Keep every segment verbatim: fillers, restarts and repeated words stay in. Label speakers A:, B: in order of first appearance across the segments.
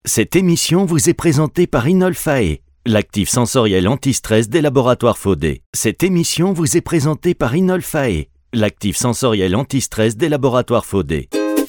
A: Cette émission vous est présentée par Inolfae, l'actif sensoriel anti-stress des laboratoires Faudé. Cette émission vous est présentée par Inolfae, l'actif sensoriel anti-stress des laboratoires Faudé.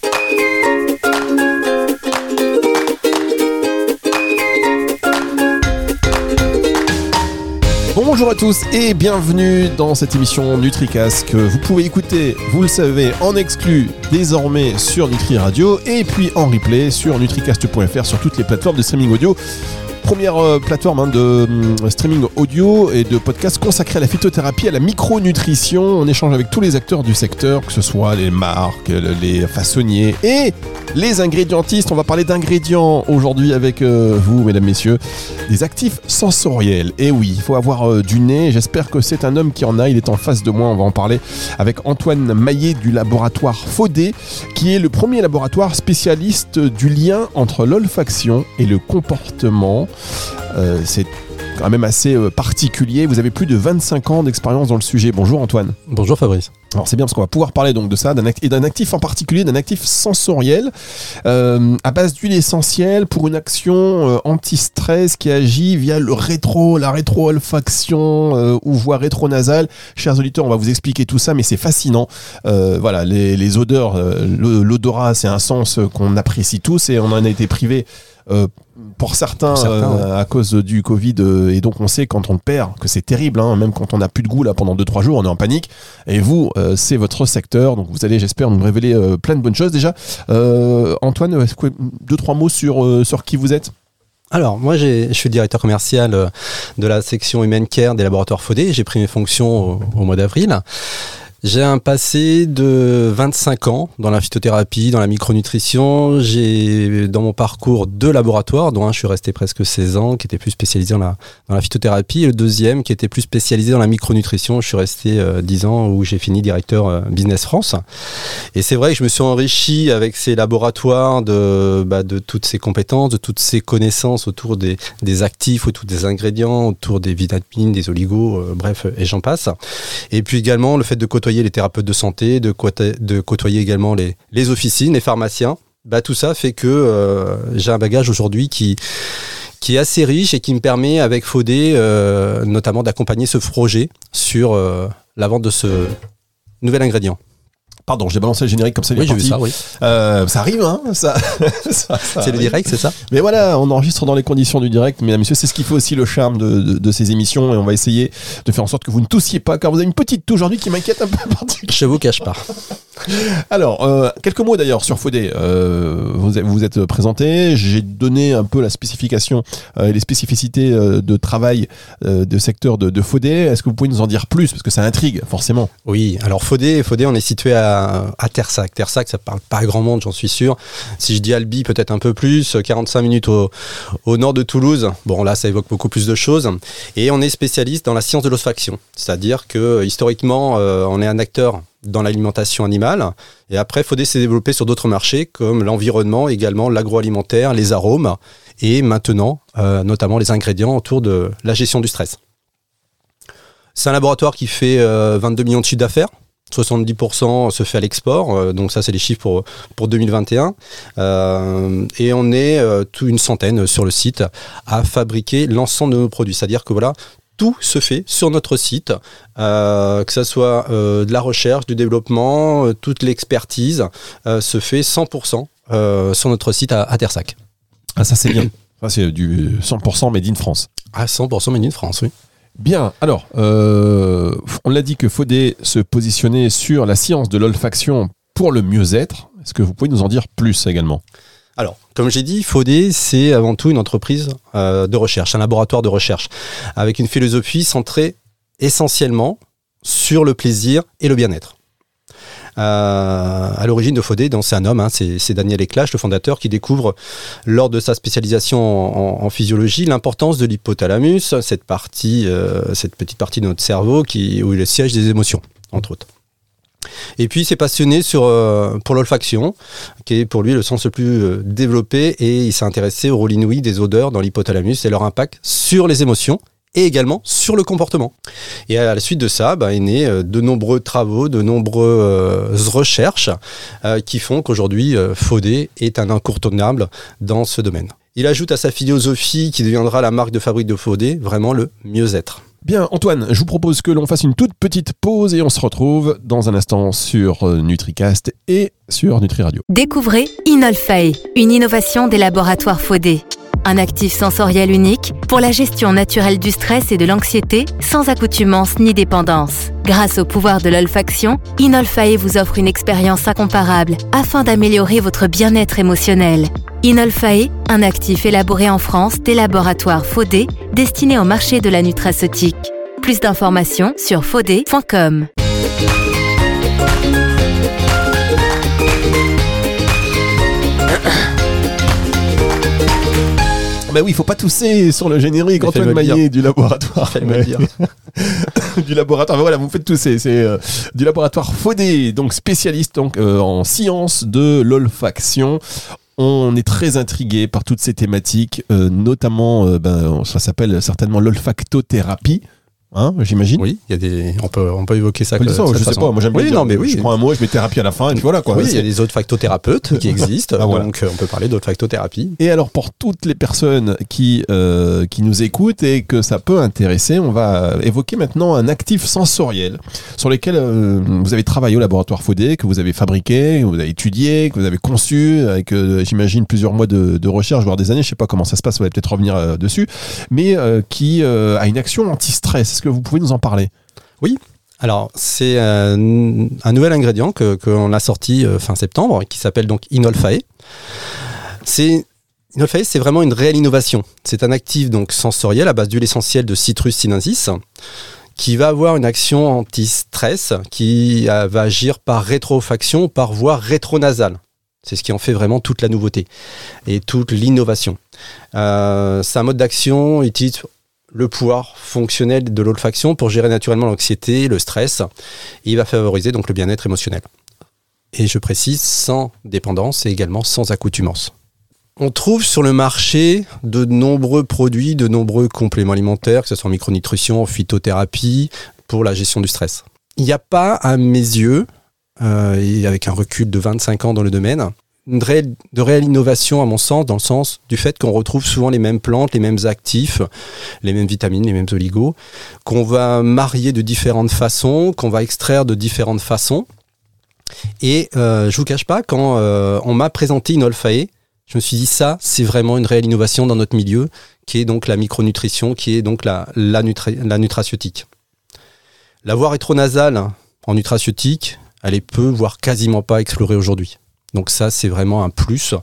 B: Bonjour à tous et bienvenue dans cette émission NutriCast que vous pouvez écouter, vous le savez, en exclu désormais sur Nutri Radio et puis en replay sur nutricast point f r sur toutes les plateformes de streaming audio. Première euh, plateforme hein, de euh, streaming audio et de podcast consacrée à la phytothérapie, à la micronutrition. On échange avec tous les acteurs du secteur, que ce soit les marques, les façonniers et les ingrédientistes. On va parler d'ingrédients aujourd'hui avec euh, vous, mesdames, messieurs, des actifs sensoriels. Et oui, il faut avoir euh, du nez. J'espère que c'est un homme qui en a. Il est en face de moi. On va en parler avec Antoine Maillet du laboratoire Faudé, qui est le premier laboratoire spécialiste du lien entre l'olfaction et le comportement. Euh, c'est quand même assez euh, particulier. Vous avez plus de vingt-cinq ans d'expérience dans le sujet. Bonjour Antoine.
C: Bonjour Fabrice.
B: Alors c'est bien parce qu'on va pouvoir parler donc de ça, d'un act- et d'un actif en particulier, d'un actif sensoriel euh, à base d'huile essentielle pour une action euh, anti-stress qui agit via le rétro, la rétro-olfaction euh, ou voie rétronasale. Chers auditeurs, on va vous expliquer tout ça, mais c'est fascinant. Euh, voilà, les, les odeurs, euh, l'odorat, c'est un sens qu'on apprécie tous et on en a été privés. Euh, pour certains, pour certains euh, ouais. à cause du Covid euh, et donc on sait quand on le perd que c'est terrible hein, même quand on n'a plus de goût là pendant deux trois jours on est en panique et vous euh, c'est votre secteur donc vous allez j'espère nous révéler euh, plein de bonnes choses déjà. euh, Antoine, est-ce que deux trois mots sur, euh, sur qui vous êtes?
C: Alors, moi, j'ai, je suis directeur commercial de la section Human Care des laboratoires Faudé. J'ai pris mes fonctions au, au mois d'avril. J'ai un passé de vingt-cinq ans dans la phytothérapie, dans la micronutrition. J'ai, dans mon parcours, deux laboratoires, dont un, je suis resté presque seize ans, qui était plus spécialisé dans la, dans la phytothérapie, et le deuxième, qui était plus spécialisé dans la micronutrition. Je suis resté euh, dix ans, où j'ai fini directeur euh, Business France. Et c'est vrai que je me suis enrichi avec ces laboratoires de, bah, de toutes ces compétences, de toutes ces connaissances autour des, des actifs, autour des ingrédients, autour des vitamines, des oligos, euh, bref, et j'en passe. Et puis également, le fait de côtoyer les thérapeutes de santé, de, côtoyer, de côtoyer également les, les officines, les pharmaciens, bah, tout ça fait que euh, j'ai un bagage aujourd'hui qui, qui est assez riche et qui me permet avec Faudé euh, notamment d'accompagner ce projet sur euh, la vente de ce nouvel ingrédient.
B: Pardon, j'ai balancé le générique comme ça.
C: Oui, j'ai vu ça, oui.
B: Euh, ça arrive, hein ça, ça, ça
C: C'est
B: arrive.
C: le direct, c'est ça?
B: Mais voilà, on enregistre dans les conditions du direct, mesdames et messieurs, c'est ce qui fait aussi le charme de, de, de ces émissions et on va essayer de faire en sorte que vous ne toussiez pas, car vous avez une petite toux aujourd'hui qui m'inquiète un peu particulièrement.
C: Je vous cache pas.
B: Alors, euh, quelques mots d'ailleurs sur Faudé. Euh, vous vous êtes présenté, j'ai donné un peu la spécification et euh, les spécificités euh, de travail euh, de secteur de, de Faudé. Est-ce que vous pouvez nous en dire plus, parce que ça intrigue forcément?
C: Oui, alors Faudé, Faudé, on est situé à à Tersac. Tersac, ça parle pas à grand monde, j'en suis sûr. Si je dis Albi, peut-être un peu plus. quarante-cinq minutes au, au nord de Toulouse. Bon, là, ça évoque beaucoup plus de choses. Et on est spécialiste dans la science de l'olfaction. C'est-à-dire que, historiquement, euh, on est un acteur dans l'alimentation animale. Et après, Faudé s'est développé sur d'autres marchés, comme l'environnement, également l'agroalimentaire, les arômes, et maintenant, euh, notamment les ingrédients autour de la gestion du stress. C'est un laboratoire qui fait euh, vingt-deux millions de chiffres d'affaires. soixante-dix pour cent se fait à l'export, euh, donc ça c'est les chiffres pour, pour deux mille vingt et un. Euh, et on est euh, tout une centaine sur le site à fabriquer l'ensemble de nos produits. C'est-à-dire que voilà, tout se fait sur notre site, euh, que ce soit euh, de la recherche, du développement, euh, toute l'expertise euh, se fait cent pour cent euh, sur notre site à, à Tersac.
B: Ah ça c'est bien, ça, c'est du cent pour cent made in France.
C: À cent pour cent made in France, oui.
B: Bien, alors, euh, on l'a dit que Faudé se positionnait sur la science de l'olfaction pour le mieux-être. Est-ce que vous pouvez nous en dire plus également ?
C: Alors, comme j'ai dit, Faudé, c'est avant tout une entreprise euh, de recherche, un laboratoire de recherche, avec une philosophie centrée essentiellement sur le plaisir et le bien-être. Euh, à l'origine de Faudé, donc c'est un homme, hein, c'est, c'est Daniel Eclache, le fondateur, qui découvre lors de sa spécialisation en, en, en physiologie l'importance de l'hypothalamus, cette partie, euh, cette petite partie de notre cerveau qui, où est le siège des émotions, entre autres. Et puis il s'est passionné sur, euh, pour l'olfaction, qui est pour lui le sens le plus euh, développé, et il s'est intéressé au rôle inouï des odeurs dans l'hypothalamus et leur impact sur les émotions et également sur le comportement. Et à la suite de ça, bah, est né euh, de nombreux travaux, de nombreuses recherches euh, qui font qu'aujourd'hui, euh, Faudé est un incontournable dans ce domaine. Il ajoute à sa philosophie qui deviendra la marque de fabrique de Faudé, vraiment le mieux-être.
B: Bien, Antoine, je vous propose que l'on fasse une toute petite pause et on se retrouve dans un instant sur NutriCast et sur Nutri Radio.
D: Découvrez Inolfae, une innovation des laboratoires Faudé. Un actif sensoriel unique pour la gestion naturelle du stress et de l'anxiété sans accoutumance ni dépendance. Grâce au pouvoir de l'olfaction, Inolfae vous offre une expérience incomparable afin d'améliorer votre bien-être émotionnel. Inolfae, un actif élaboré en France des laboratoires Faudé, destiné au marché de la nutraceutique. Plus d'informations sur faudé point com.
B: Ben oui, il faut pas tousser sur le générique. Antoine Maillet du laboratoire.
C: Ouais.
B: du laboratoire. Ben voilà, vous me faites tousser. C'est euh, du laboratoire Faudé, donc spécialiste donc euh, en sciences de l'olfaction. On est très intrigué par toutes ces thématiques, euh, notamment, euh, ben, ça s'appelle certainement l'olfactothérapie. Hein, j'imagine.
C: Oui, il y a des, on peut, on peut évoquer ça.
B: Que, ça, je sais pas. Moi, j'aime
C: oui,
B: bien
C: non,
B: dire,
C: mais oui.
B: Je prends un mot, je mets thérapie à la fin, et puis voilà quoi.
C: Oui,
B: c'est...
C: il y a des olfactothérapeutes qui existent, ah, voilà. Donc on peut parler d'olfactothérapie.
B: Et alors pour toutes les personnes qui euh, qui nous écoutent et que ça peut intéresser, on va évoquer maintenant un actif sensoriel sur lequel euh, vous avez travaillé au laboratoire Faudé, que vous avez fabriqué, que vous avez étudié, que vous avez conçu, avec euh, j'imagine plusieurs mois de, de recherche, voire des années. Je sais pas comment ça se passe, on va peut-être revenir euh, dessus, mais euh, qui euh, a une action anti-stress. Est-ce que vous pouvez nous en parler?
C: Oui, alors c'est euh, un nouvel ingrédient que qu'on a sorti euh, fin septembre, qui s'appelle donc Inolfae. C'est Inolfae, c'est vraiment une réelle innovation. C'est un actif donc sensoriel à base d'huile essentielle de Citrus sinensis, qui va avoir une action anti-stress, qui euh, va agir par rétrofaction, par voie rétronasale. C'est ce qui en fait vraiment toute la nouveauté et toute l'innovation. Euh, c'est un mode d'action utilise le pouvoir fonctionnel de l'olfaction pour gérer naturellement l'anxiété, le stress. Et il va favoriser donc le bien-être émotionnel. Et je précise, sans dépendance et également sans accoutumance. On trouve sur le marché de nombreux produits, de nombreux compléments alimentaires, que ce soit en micronutrition, en phytothérapie, pour la gestion du stress. Il n'y a pas, à mes yeux, euh, et avec un recul de vingt-cinq ans dans le domaine, Une réelle, de réelle innovation à mon sens, dans le sens du fait qu'on retrouve souvent les mêmes plantes, les mêmes actifs, les mêmes vitamines, les mêmes oligos, qu'on va marier de différentes façons, qu'on va extraire de différentes façons. Et euh, je vous cache pas, quand euh, on m'a présenté Inolfae, je me suis dit ça, c'est vraiment une réelle innovation dans notre milieu, qui est donc la micronutrition, qui est donc la, la, nutri- la nutraceutique. La voie rétronasale en nutraceutique, elle est peu, voire quasiment pas explorée aujourd'hui. Donc ça, c'est vraiment un plus.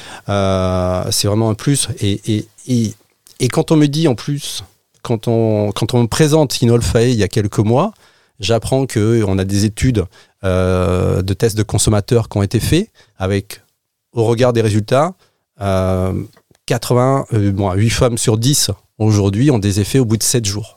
C: Euh, c'est vraiment un plus. Et, et, et, et quand on me dit en plus, quand on, quand on me présente Inolfae il y a quelques mois, j'apprends qu'on a des études euh, de tests de consommateurs qui ont été faits avec, au regard des résultats, euh, quatre-vingts, euh, bon, huit femmes sur dix aujourd'hui ont des effets au bout de sept jours.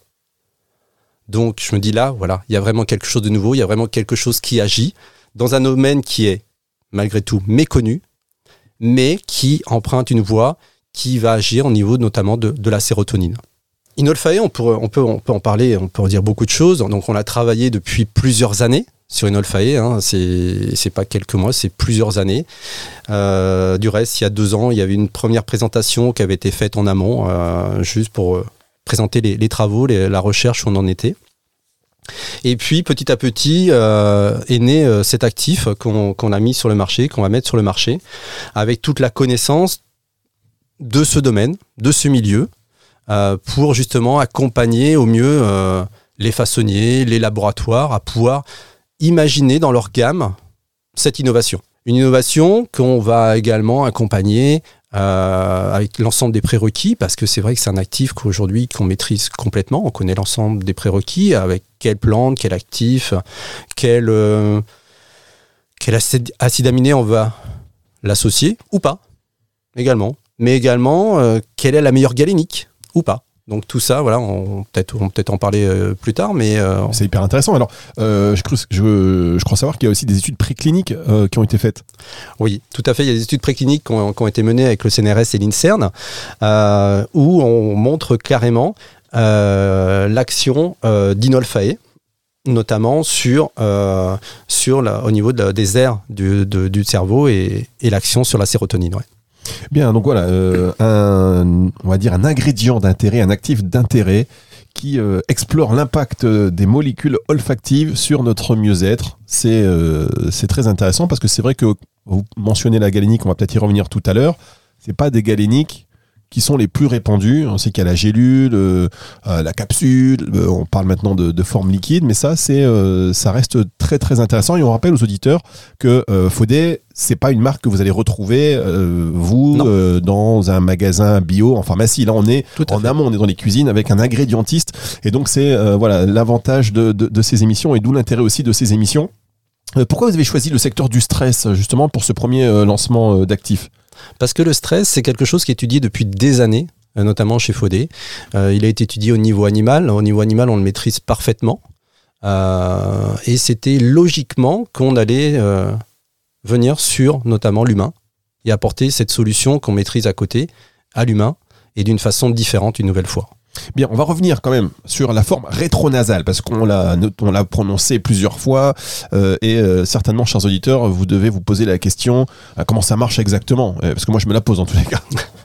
C: Donc je me dis là, voilà, il y a vraiment quelque chose de nouveau, il y a vraiment quelque chose qui agit dans un domaine qui est malgré tout méconnu, mais qui emprunte une voie qui va agir au niveau notamment de, de la sérotonine. Inolfae, on peut, on, peut, on peut en parler, on peut en dire beaucoup de choses. Donc on a travaillé depuis plusieurs années sur Inolfae, hein. c'est, c'est pas quelques mois, c'est plusieurs années. Euh, du reste, il y a deux ans, il y avait une première présentation qui avait été faite en amont, euh, juste pour euh, présenter les, les travaux, les, la recherche où on en était. Et puis petit à petit euh, est né euh, cet actif qu'on, qu'on a mis sur le marché, qu'on va mettre sur le marché, avec toute la connaissance de ce domaine, de ce milieu, euh, pour justement accompagner au mieux euh, les façonniers, les laboratoires à pouvoir imaginer dans leur gamme cette innovation. Une innovation qu'on va également accompagner Euh, avec l'ensemble des prérequis, parce que c'est vrai que c'est un actif qu'aujourd'hui qu'on maîtrise complètement, on connaît l'ensemble des prérequis, avec quelle plante, quel actif, quel, euh, quel acide, acide aminé on va l'associer, ou pas, également. Mais également, euh, quelle est la meilleure galénique, ou pas. Donc tout ça, voilà, on peut-être, on peut peut-être en parler euh, plus tard, mais... Euh,
B: c'est hyper intéressant. Alors, euh, je, je, je crois savoir qu'il y a aussi des études précliniques euh, qui ont été faites.
C: Oui, tout à fait. Il y a des études précliniques qui ont, qui ont été menées avec le C N R S et l'INSERM, euh, où on montre carrément euh, l'action euh, d'Inolfae, notamment sur, euh, sur la, au niveau de, des aires du, de, du cerveau et, et l'action sur la sérotonine. Ouais.
B: Bien, donc voilà, euh, un, on va dire un ingrédient d'intérêt, un actif d'intérêt qui euh, explore l'impact des molécules olfactives sur notre mieux-être. C'est, euh, c'est très intéressant parce que c'est vrai que vous mentionnez la galénique, on va peut-être y revenir tout à l'heure. C'est pas des galéniques qui sont les plus répandus. On sait qu'il y a la gélule, euh, la capsule, euh, on parle maintenant de, de forme liquide, mais ça, c'est, euh, ça reste très très intéressant. Et on rappelle aux auditeurs que euh, Faudet, c'est pas une marque que vous allez retrouver, euh, vous, euh, dans un magasin bio, en pharmacie. Là, on est en fait. amont, on est dans les cuisines avec un ingrédientiste. Et donc, c'est euh, voilà, l'avantage de, de, de ces émissions et d'où l'intérêt aussi de ces émissions. Euh, pourquoi vous avez choisi le secteur du stress, justement, pour ce premier euh, lancement euh, d'actifs ?
C: Parce que le stress, c'est quelque chose qui est étudié depuis des années, notamment chez Faudet. Euh, il a été étudié au niveau animal. Au niveau animal, on le maîtrise parfaitement. Euh, et c'était logiquement qu'on allait euh, venir sur notamment l'humain et apporter cette solution qu'on maîtrise à côté à l'humain et d'une façon différente une nouvelle fois.
B: Bien, on va revenir quand même sur la forme rétronasale parce qu'on l'a, on l'a prononcé plusieurs fois euh, et euh, certainement, chers auditeurs, vous devez vous poser la question euh, comment ça marche exactement euh, parce que moi je me la pose en tous les cas.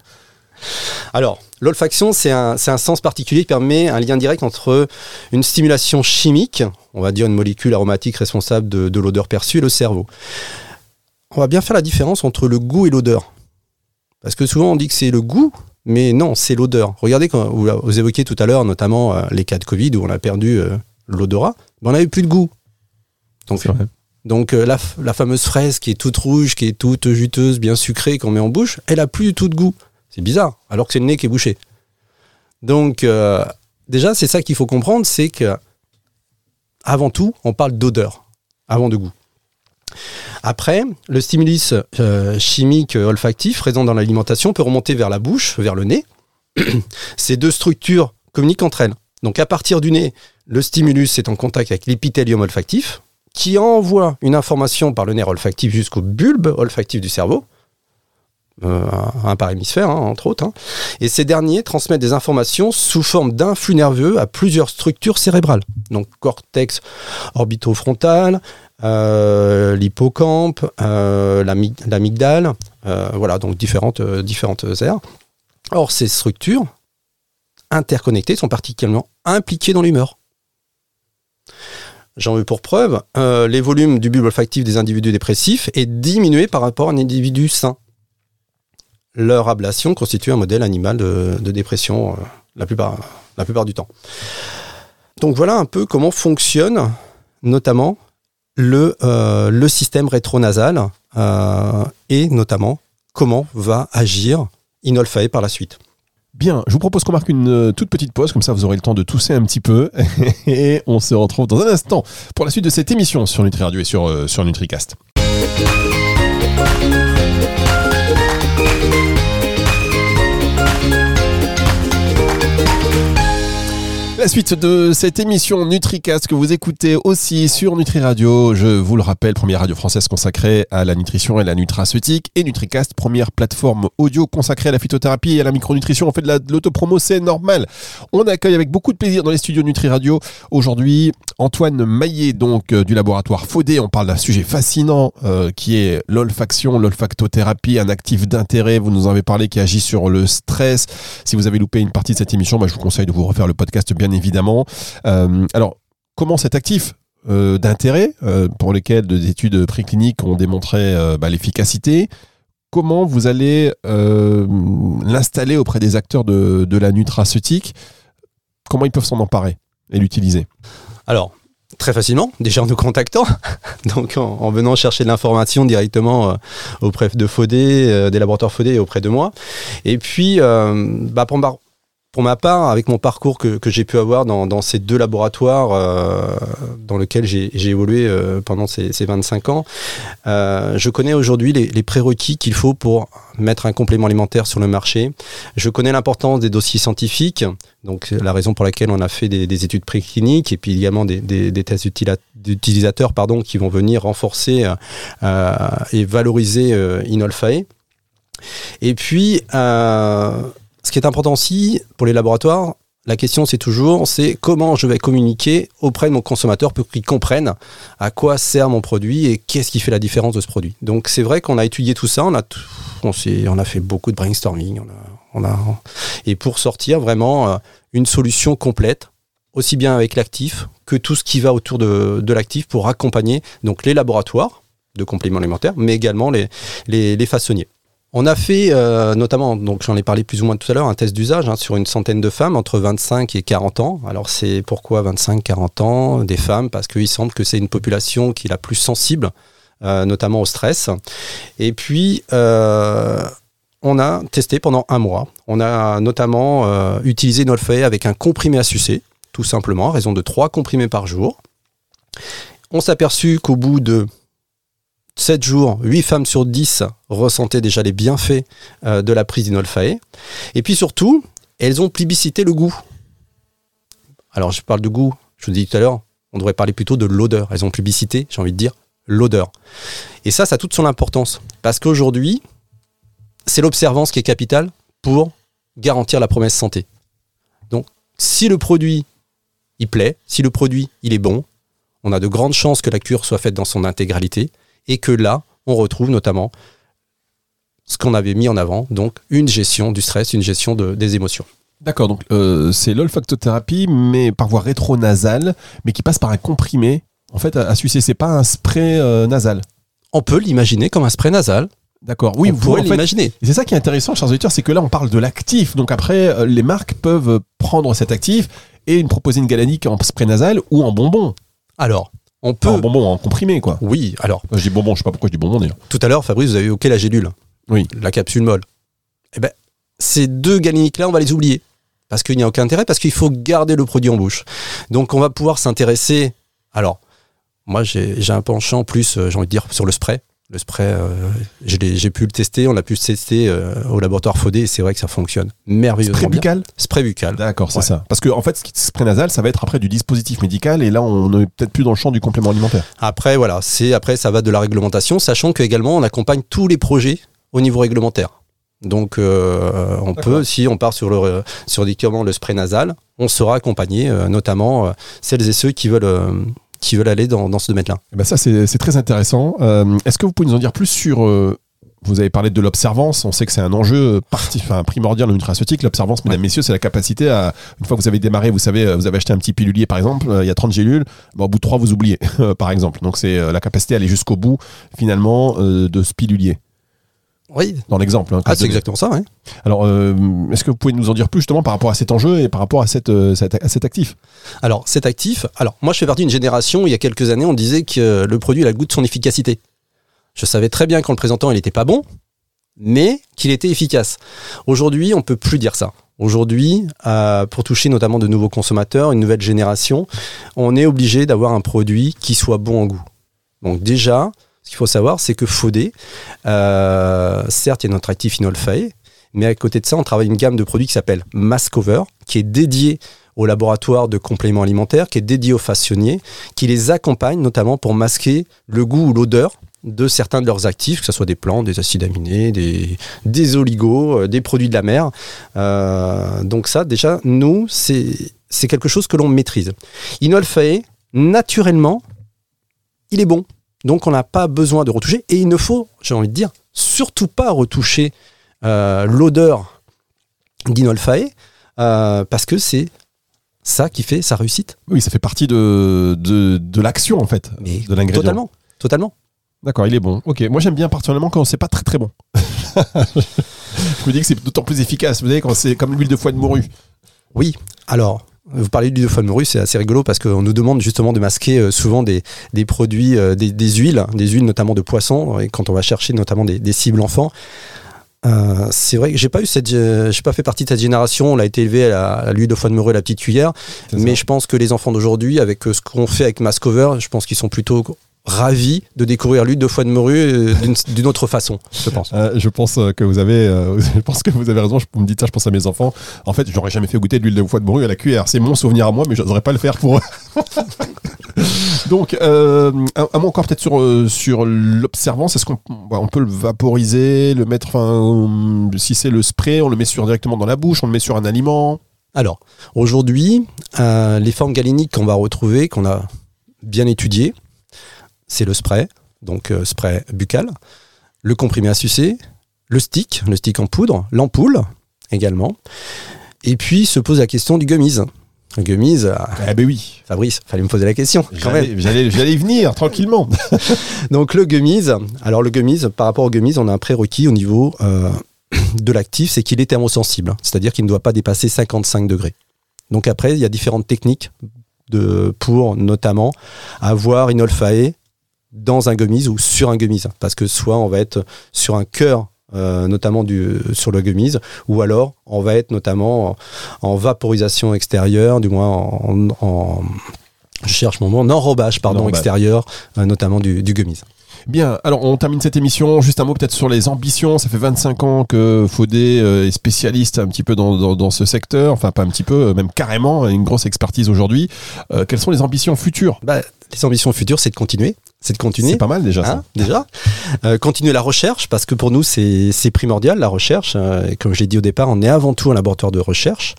C: Alors, l'olfaction, c'est un, c'est un sens particulier qui permet un lien direct entre une stimulation chimique, on va dire une molécule aromatique responsable de, de l'odeur perçue, et le cerveau. On va bien faire la différence entre le goût et l'odeur. Parce que souvent on dit que c'est le goût, mais non, c'est l'odeur. Regardez, quand vous, vous évoquiez tout à l'heure notamment euh, les cas de Covid où on a perdu euh, l'odorat, ben on n'avait plus de goût. Donc, donc euh, la, la fameuse fraise qui est toute rouge, qui est toute juteuse, bien sucrée, qu'on met en bouche, elle a plus du tout de goût. C'est bizarre, alors que c'est le nez qui est bouché. Donc euh, déjà, c'est ça qu'il faut comprendre, c'est que avant tout, on parle d'odeur, avant de goût. Après, le stimulus euh, chimique olfactif présent dans l'alimentation peut remonter vers la bouche, vers le nez. Ces deux structures communiquent entre elles. Donc à partir du nez, le stimulus est en contact avec l'épithélium olfactif qui envoie une information par le nerf olfactif jusqu'au bulbe olfactif du cerveau, euh, un par hémisphère, hein, entre autres. Hein. Et ces derniers transmettent des informations sous forme d'influx nerveux à plusieurs structures cérébrales. Donc cortex orbitofrontal, Euh, l'hippocampe, euh, l'amy- l'amygdale, euh, voilà, donc différentes, euh, différentes aires. Or, ces structures interconnectées sont particulièrement impliquées dans l'humeur. J'en veux pour preuve, euh, les volumes du bulbe olfactif des individus dépressifs est diminué par rapport à un individu sain. Leur ablation constitue un modèle animal de, de dépression euh, la plupart, la plupart du temps. Donc voilà un peu comment fonctionne notamment Le, euh, le système rétronasal euh, et notamment comment va agir Inolfae par la suite.
B: Bien, je vous propose qu'on marque une toute petite pause, comme ça vous aurez le temps de tousser un petit peu et on se retrouve dans un instant pour la suite de cette émission sur Nutri Radio et sur, euh, sur NutriCast. La suite de cette émission NutriCast que vous écoutez aussi sur Nutri Radio, je vous le rappelle, première radio française consacrée à la nutrition et la nutraceutique, et NutriCast, première plateforme audio consacrée à la phytothérapie et à la micronutrition. On fait de, la, de l'autopromo, c'est normal. On accueille avec beaucoup de plaisir dans les studios Nutri Radio aujourd'hui Antoine Maillet, donc euh, du laboratoire Faudet. On parle d'un sujet fascinant euh, qui est l'olfaction, l'olfactothérapie, un actif d'intérêt. Vous nous en avez parlé, qui agit sur le stress. Si vous avez loupé une partie de cette émission, bah, je vous conseille de vous refaire le podcast bien évidemment. Euh, alors, comment cet actif euh, d'intérêt, euh, pour lequel des études précliniques ont démontré euh, bah, l'efficacité, comment vous allez euh, l'installer auprès des acteurs de, de la nutraceutique? Comment ils peuvent s'en emparer et l'utiliser?
C: Alors, très facilement, déjà en nous contactant, donc en, en venant chercher de l'information directement euh, auprès de Faudet, euh, des laboratoires Faudet et auprès de moi. Et puis, euh, bah, pour ma Pour ma part, avec mon parcours que, que j'ai pu avoir dans, dans ces deux laboratoires euh, dans lesquels j'ai, j'ai évolué euh, pendant ces, ces vingt-cinq ans, euh, je connais aujourd'hui les, les prérequis qu'il faut pour mettre un complément alimentaire sur le marché. Je connais l'importance des dossiers scientifiques, donc la raison pour laquelle on a fait des, des études précliniques et puis également des, des, des tests utila- d'utilisateurs pardon, qui vont venir renforcer euh, et valoriser euh, Inolfae. Et puis... Euh, Ce qui est important aussi pour les laboratoires, la question, c'est toujours, c'est comment je vais communiquer auprès de mon consommateur pour qu'il comprenne à quoi sert mon produit et qu'est-ce qui fait la différence de ce produit. Donc, c'est vrai qu'on a étudié tout ça, on a, tout, on, s'est, on a fait beaucoup de brainstorming, on a, on a, et pour sortir vraiment une solution complète, aussi bien avec l'actif que tout ce qui va autour de, de l'actif pour accompagner donc, les laboratoires de compléments alimentaires, mais également les, les, les façonniers. On a fait euh, notamment, donc j'en ai parlé plus ou moins tout à l'heure, un test d'usage hein, sur une centaine de femmes entre vingt-cinq et quarante ans. Alors c'est pourquoi vingt-cinq à quarante ans des femmes? Parce qu'il semble que c'est une population qui est la plus sensible, euh, notamment au stress. Et puis, euh, on a testé pendant un mois. On a notamment euh, utilisé Nolfae avec un comprimé à sucer, tout simplement, à raison de trois comprimés par jour. On s'est aperçu qu'au bout de sept jours, huit femmes sur dix ressentaient déjà les bienfaits euh, de la prise d'Inolfae. Et puis surtout, elles ont plébiscité le goût. Alors je parle de goût, je vous dis tout à l'heure, on devrait parler plutôt de l'odeur. Elles ont plébiscité, j'ai envie de dire, l'odeur. Et ça, ça a toute son importance. Parce qu'aujourd'hui, c'est l'observance qui est capitale pour garantir la promesse santé. Donc, si le produit, il plaît, si le produit, il est bon, on a de grandes chances que la cure soit faite dans son intégralité. Et que là, on retrouve notamment ce qu'on avait mis en avant, donc une gestion du stress, une gestion de, des émotions.
B: D'accord, donc euh, c'est l'olfactothérapie, mais par voie rétronasale, mais qui passe par un comprimé. En fait, à, à sucer, c'est pas un spray euh, nasal.
C: On peut l'imaginer comme un spray nasal.
B: D'accord, oui,
C: on
B: vous
C: pourrait
B: en fait,
C: l'imaginer.
B: Et c'est ça qui est intéressant, chers auditeurs, c'est que là, on parle de l'actif. Donc après, euh, les marques peuvent prendre cet actif et nous proposer une galanique en spray nasal ou en bonbon.
C: Alors, on peut...
B: En bonbon, en comprimé, quoi.
C: Oui, alors...
B: Je dis bonbon, je sais pas pourquoi je dis bonbon, d'ailleurs.
C: Tout à l'heure, Fabrice, vous avez évoqué la gélule.
B: Oui.
C: La capsule molle. Eh ben, ces deux galaniques-là, on va les oublier. Parce qu'il n'y a aucun intérêt, parce qu'il faut garder le produit en bouche. Donc, on va pouvoir s'intéresser... Alors, moi, j'ai, j'ai un penchant plus, euh, j'ai envie de dire, sur le spray. Le spray, euh, j'ai, j'ai pu le tester, on a pu le tester euh, au laboratoire Fodé, et c'est vrai que ça fonctionne merveilleusement
B: Spray
C: bien.
B: buccal ?
C: Spray buccal.
B: D'accord, c'est
C: Ouais.
B: ça. Parce que en fait, ce qui spray nasal, ça va être après du dispositif médical, et là, on n'est peut-être plus dans le champ du complément alimentaire.
C: Après, voilà, c'est, après, ça va de la réglementation, sachant qu'également, on accompagne tous les projets au niveau réglementaire. Donc, euh, on
B: D'accord.
C: peut, si on part sur le, sur directement le spray nasal, on sera accompagné, euh, notamment euh, celles et ceux qui veulent... Euh, qui veulent aller dans, dans ce domaine-là.
B: Eh ben ça, c'est, c'est très intéressant. Euh, est-ce que vous pouvez nous en dire plus sur... Euh, vous avez parlé de l'observance. On sait que c'est un enjeu parti, enfin, primordial en nutraceutique. L'observance, mesdames, messieurs, c'est la capacité à... Une fois que vous avez démarré, vous savez, vous avez acheté un petit pilulier, par exemple, euh, il y a trente gélules. Bon, au bout de trois, vous oubliez, par exemple. Donc, c'est euh, la capacité à aller jusqu'au bout, finalement, euh, de ce pilulier.
C: Oui.
B: Dans l'exemple. Hein,
C: Ah, c'est exactement ça, oui.
B: Alors, euh, est-ce que vous pouvez nous en dire plus, justement, par rapport à cet enjeu et par rapport à, cette, euh, cet, à cet actif ?
C: Alors, cet actif, alors moi je fais partie d'une génération où il y a quelques années on disait que le produit a le goût de son efficacité. Je savais très bien qu'en le présentant il n'était pas bon, mais qu'il était efficace. Aujourd'hui, on ne peut plus dire ça. Aujourd'hui, euh, pour toucher notamment de nouveaux consommateurs, une nouvelle génération, on est obligé d'avoir un produit qui soit bon en goût. Donc déjà, ce qu'il faut savoir, c'est que Fodé, euh, certes, il y a notre actif Inolfae, mais à côté de ça, on travaille une gamme de produits qui s'appelle Maskover, qui est dédiée au laboratoire de compléments alimentaires, qui est dédié aux façonniers, qui les accompagne notamment pour masquer le goût ou l'odeur de certains de leurs actifs, que ce soit des plantes, des acides aminés, des, des oligos, euh, des produits de la mer. Euh, donc ça, déjà, nous, c'est, c'est quelque chose que l'on maîtrise. Inolfae, naturellement, il est bon. Donc on n'a pas besoin de retoucher. Et il ne faut, j'ai envie de dire, surtout pas retoucher euh, l'odeur d'Inolfae, euh, parce que c'est ça qui fait sa réussite.
B: Oui, ça fait partie de, de, de l'action, en fait,
C: Mais
B: de l'ingrédient.
C: Totalement, totalement.
B: D'accord, il est bon. Ok, moi j'aime bien particulièrement quand c'est pas très très bon. Je me dis que c'est d'autant plus efficace, vous savez, quand c'est comme l'huile de foie de morue.
C: Oui, alors, vous parlez d'huile de foie de morue, c'est assez rigolo parce qu'on nous demande justement de masquer euh, souvent des, des produits, euh, des, des huiles, des huiles notamment de poisson, et quand on va chercher notamment des, des cibles enfants. Euh, c'est vrai que j'ai pas eu cette, euh, j'ai pas fait partie de cette génération. On a été élevé à, la, à l'huile de foie de morue à la petite cuillère,
B: C'est
C: mais
B: ça.
C: je pense que les enfants d'aujourd'hui, avec euh, ce qu'on fait avec Maskover, je pense qu'ils sont plutôt ravis de découvrir l'huile de foie de morue euh, d'une, d'une autre façon, je pense.
B: Euh, je pense que vous avez, euh, je pense que vous avez raison. Je me dis ça, je pense à mes enfants. En fait, j'aurais jamais fait goûter de l'huile de foie de morue à la cuillère. C'est mon souvenir à moi, mais je n'oserais pas le faire pour eux. Donc, euh, un, un mot encore peut-être sur euh, sur l'observance. Est-ce qu'on on peut le vaporiser, le mettre, enfin, euh, si c'est le spray, on le met sur directement dans la bouche, on le met sur un aliment.
C: Alors, aujourd'hui, euh, les formes galéniques qu'on va retrouver, qu'on a bien étudiées, c'est le spray, donc euh, spray buccal, le comprimé à sucer, le stick, le stick en poudre, l'ampoule également. Et puis se pose la question du gummies. Le gummies,
B: ah ben oui.
C: Fabrice, fallait me poser la question. Quand
B: j'allais,
C: même.
B: J'allais, j'allais y venir tranquillement.
C: Donc le gummies, alors le gummies, par rapport au gummies, on a un prérequis au niveau euh, de l'actif, c'est qu'il est thermosensible, c'est-à-dire qu'il ne doit pas dépasser cinquante-cinq degrés. Donc après, il y a différentes techniques de, pour notamment avoir une Inolfae dans un gummies ou sur un gummies, parce que soit on va être sur un cœur Euh, notamment du, sur le gummies, ou alors on va être notamment en, en vaporisation extérieure, du moins en, en, en je cherche mon mot, en enrobage pardon,
B: enrobage.
C: extérieur, euh, notamment du, du gummies.
B: Bien, alors on termine cette émission, juste un mot peut-être sur les ambitions. Ça fait vingt-cinq ans que Faudé euh, est spécialiste un petit peu dans, dans, dans ce secteur, enfin pas un petit peu, même carrément, une grosse expertise aujourd'hui. Euh, quelles sont les ambitions futures ?
C: Bah, les ambitions futures, c'est de continuer. C'est de continuer.
B: C'est pas mal déjà,
C: hein,
B: ça.
C: Déjà. Euh, continuer la recherche, parce que pour nous, c'est, c'est primordial, la recherche. Euh, et comme je l'ai dit au départ, on est avant tout un laboratoire de recherche.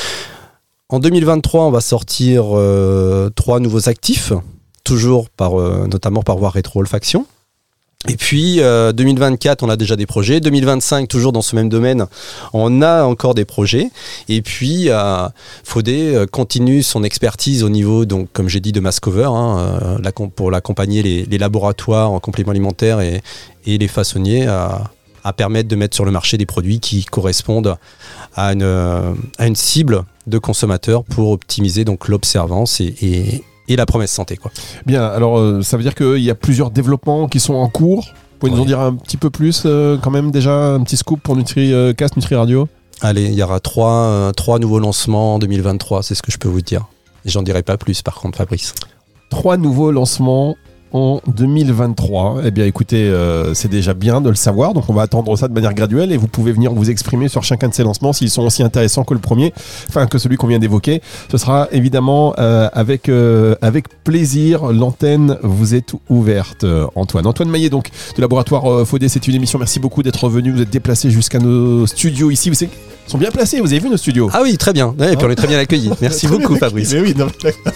C: En deux mille vingt-trois, on va sortir euh, trois nouveaux actifs, toujours par, euh, notamment par voie rétro-olfaction. Et puis euh, deux mille vingt-quatre, on a déjà des projets. deux mille vingt-cinq, toujours dans ce même domaine, on a encore des projets. Et puis euh, Faudé euh, continue son expertise au niveau, donc comme j'ai dit, de Mascover, hein, euh, la, pour l'accompagner les, les laboratoires en complément alimentaire et, et les façonniers à, à permettre de mettre sur le marché des produits qui correspondent à une, à une cible de consommateurs pour optimiser donc l'observance et, et et la promesse santé, quoi.
B: Bien, alors euh, ça veut dire qu'il y a plusieurs développements qui sont en cours. Vous pouvez ouais. nous en dire un petit peu plus euh, quand même déjà, un petit scoop pour NutriCast, Nutri Radio ?
C: Allez, il y aura trois, euh, trois nouveaux lancements en deux mille vingt-trois, c'est ce que je peux vous dire. Et j'en dirai pas plus par contre, Fabrice.
B: Trois nouveaux lancements en deux mille vingt-trois. Eh bien écoutez, euh, c'est déjà bien de le savoir, donc on va attendre ça de manière graduelle et vous pouvez venir vous exprimer sur chacun de ces lancements s'ils sont aussi intéressants que le premier, enfin que celui qu'on vient d'évoquer. Ce sera évidemment euh, avec, euh, avec plaisir. L'antenne vous est ouverte, euh, Antoine. Antoine Maillet, donc, du laboratoire euh, Faudé, c'est une émission. Merci beaucoup d'être venu, vous êtes déplacé jusqu'à nos studios ici. Vous savez, ils sont bien placés, vous avez vu nos studios ?
C: Ah oui, très bien, ouais, et puis on est très bien accueillis. Merci beaucoup Fabrice.
B: Mais oui, non,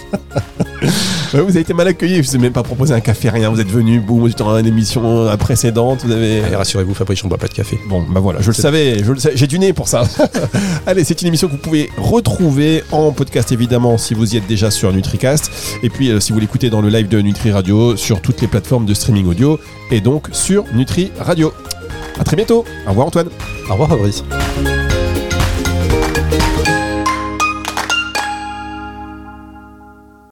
B: vous avez été mal accueillis, je ne vous ai même pas proposé un café, rien. Vous êtes venu, boum, vous êtes dans une émission précédente. Vous avez...
C: Allez, rassurez-vous, Fabrice, on ne boit pas de café.
B: Bon, bah voilà, je c'est... le savais, je le sais, j'ai du nez pour ça. Allez, c'est une émission que vous pouvez retrouver en podcast, évidemment, si vous y êtes déjà sur NutriCast. Et puis, euh, si vous l'écoutez dans le live de Nutri Radio, sur toutes les plateformes de streaming audio, et donc sur Nutri Radio. À très bientôt. Au revoir, Antoine.
C: Au revoir, Fabrice.